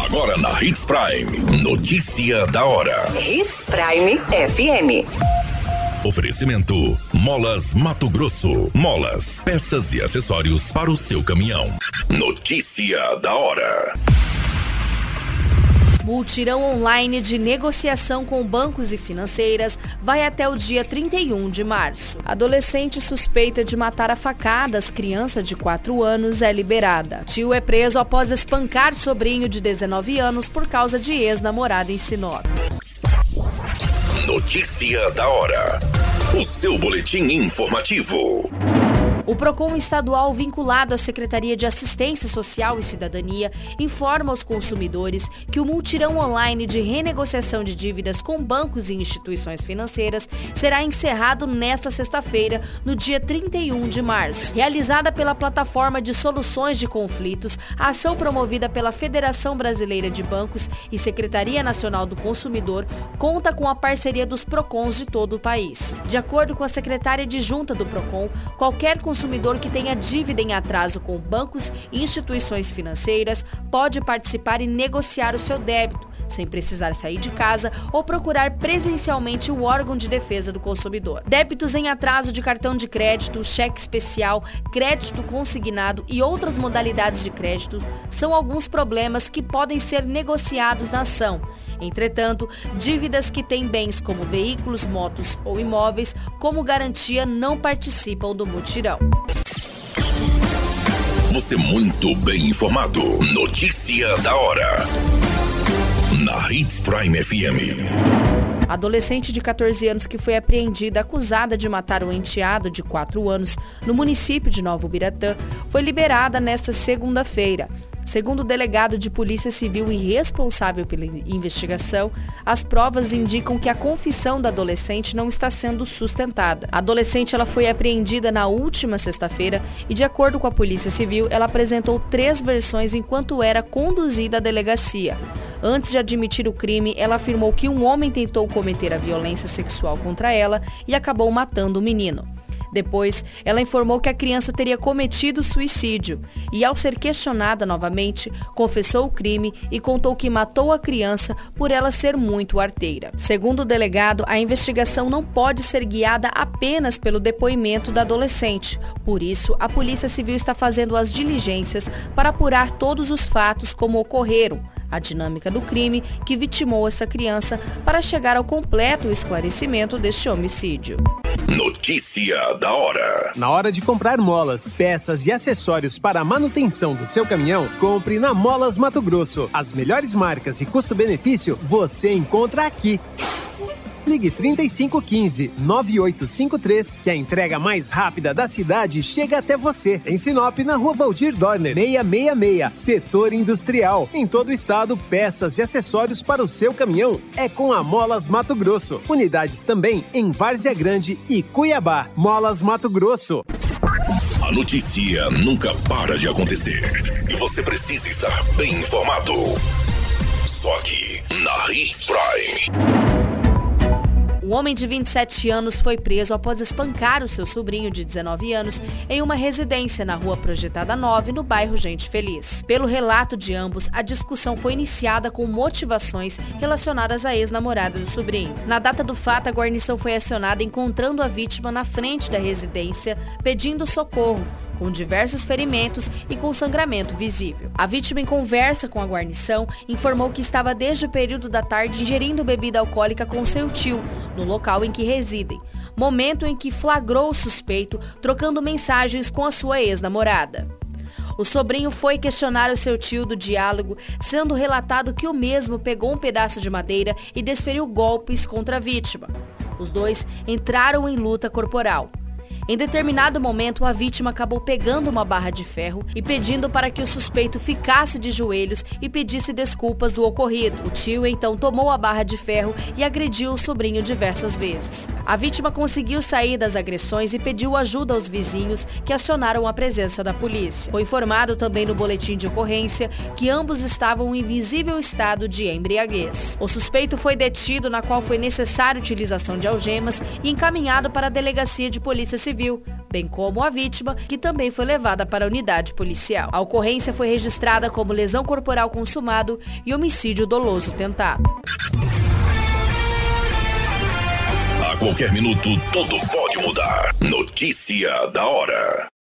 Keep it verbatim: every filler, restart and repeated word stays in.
Agora na Hits Prime, notícia da hora. Hits Prime F M. Oferecimento Molas Mato Grosso. Molas, peças e acessórios para o seu caminhão. Notícia da hora. Mutirão online de negociação com bancos e financeiras vai até o dia trinta e um de março. Adolescente suspeita de matar a facadas criança de quatro anos é liberada. Tio é preso após espancar sobrinho de dezenove anos por causa de ex-namorada em Sinop. Notícia da hora. O seu boletim informativo. O PROCON estadual, vinculado à Secretaria de Assistência Social e Cidadania, informa aos consumidores que o mutirão online de renegociação de dívidas com bancos e instituições financeiras será encerrado nesta sexta-feira, no dia trinta e um de março. Realizada pela Plataforma de Soluções de Conflitos, a ação promovida pela Federação Brasileira de Bancos e Secretaria Nacional do Consumidor conta com a parceria dos PROCONs de todo o país. De acordo com a secretária adjunta do PROCON, qualquer consumidor consumidor que tenha dívida em atraso com bancos e instituições financeiras pode participar e negociar o seu débito, sem precisar sair de casa ou procurar presencialmente o órgão de defesa do consumidor. Débitos em atraso de cartão de crédito, cheque especial, crédito consignado e outras modalidades de créditos são alguns problemas que podem ser negociados na ação. Entretanto, dívidas que têm bens como veículos, motos ou imóveis como garantia não participam do mutirão. Você muito bem informado. Notícia da hora. Na Hits Prime F M. Adolescente de catorze anos que foi apreendida acusada de matar um enteado de quatro anos no município de Novo Biratã foi liberada nesta segunda-feira. Segundo o delegado de Polícia Civil e responsável pela investigação, as provas indicam que a confissão da adolescente não está sendo sustentada. A adolescente ela foi apreendida na última sexta-feira e, de acordo com a Polícia Civil, ela apresentou três versões enquanto era conduzida à delegacia. Antes de admitir o crime, ela afirmou que um homem tentou cometer a violência sexual contra ela e acabou matando o menino. Depois, ela informou que a criança teria cometido suicídio e, ao ser questionada novamente, confessou o crime e contou que matou a criança por ela ser muito arteira. Segundo o delegado, a investigação não pode ser guiada apenas pelo depoimento da adolescente. Por isso, a Polícia Civil está fazendo as diligências para apurar todos os fatos como ocorreram, a dinâmica do crime que vitimou essa criança para chegar ao completo esclarecimento deste homicídio. Notícia da hora. Na hora de comprar molas, peças e acessórios para a manutenção do seu caminhão, compre na Molas Mato Grosso. As melhores marcas e custo-benefício você encontra aqui. Ligue trinta e cinco quinze, nove oito cinco três, que a entrega mais rápida da cidade chega até você. Em Sinop, na Rua Valdir Dorner, seiscentos e sessenta e seis, Setor Industrial. Em todo o estado, peças e acessórios para o seu caminhão é com a Molas Mato Grosso. Unidades também em Várzea Grande e Cuiabá. Molas Mato Grosso. A notícia nunca para de acontecer e você precisa estar bem informado. Só aqui, na Hits Prime. Um homem de vinte e sete anos foi preso após espancar o seu sobrinho de dezenove anos em uma residência na Rua Projetada nove, no bairro Gente Feliz. Pelo relato de ambos, a discussão foi iniciada com motivações relacionadas à ex-namorada do sobrinho. Na data do fato, a guarnição foi acionada encontrando a vítima na frente da residência, pedindo socorro, com diversos ferimentos e com sangramento visível. A vítima, em conversa com a guarnição, informou que estava desde o período da tarde ingerindo bebida alcoólica com seu tio, no local em que residem, momento em que flagrou o suspeito trocando mensagens com a sua ex-namorada. O sobrinho foi questionar o seu tio do diálogo, sendo relatado que o mesmo pegou um pedaço de madeira e desferiu golpes contra a vítima. Os dois entraram em luta corporal. Em determinado momento, a vítima acabou pegando uma barra de ferro e pedindo para que o suspeito ficasse de joelhos e pedisse desculpas do ocorrido. O tio então tomou a barra de ferro e agrediu o sobrinho diversas vezes. A vítima conseguiu sair das agressões e pediu ajuda aos vizinhos, que acionaram a presença da polícia. Foi informado também no boletim de ocorrência que ambos estavam em visível estado de embriaguez. O suspeito foi detido, na qual foi necessária a utilização de algemas, e encaminhado para a delegacia de polícia civil bem como a vítima, que também foi levada para a unidade policial. A ocorrência foi registrada como lesão corporal consumado e homicídio doloso tentado. A qualquer minuto, tudo pode mudar. Notícia da hora.